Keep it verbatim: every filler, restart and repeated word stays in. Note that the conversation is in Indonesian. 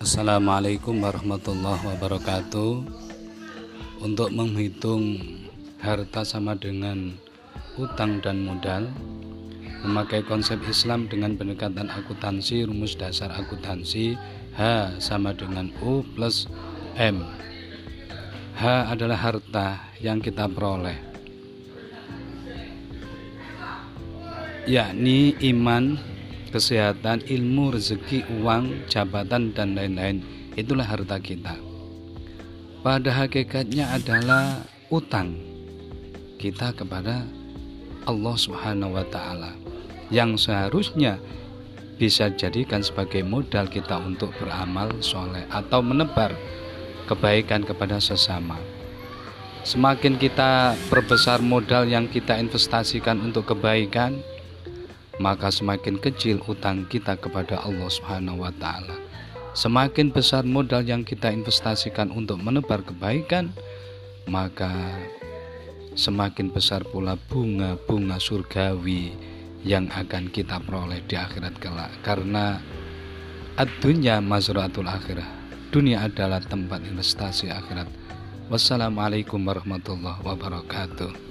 Assalamualaikum warahmatullahi wabarakatuh. Untuk menghitung harta sama dengan utang dan modal, memakai konsep Islam dengan pendekatan akuntansi, rumus dasar akuntansi, H sama dengan U plus M. H adalah harta yang kita peroleh, yakni iman, kesehatan, ilmu, rezeki, uang, jabatan, dan lain-lain. Itulah harta kita. Pada hakikatnya adalah utang kita kepada Allah Subhanahu wa Ta'ala, yang seharusnya bisa jadikan sebagai modal kita untuk beramal soleh atau menebar kebaikan kepada sesama. Semakin kita perbesar modal yang kita investasikan untuk kebaikan, maka semakin kecil utang kita kepada Allah Subhanahu wa Ta'ala. Semakin besar modal yang kita investasikan untuk menebar kebaikan, maka semakin besar pula bunga-bunga surgawi yang akan kita peroleh di akhirat kelak. Karena ad-dunya mazra'atul akhirah, dunia adalah tempat investasi akhirat. Wassalamualaikum warahmatullahi wabarakatuh.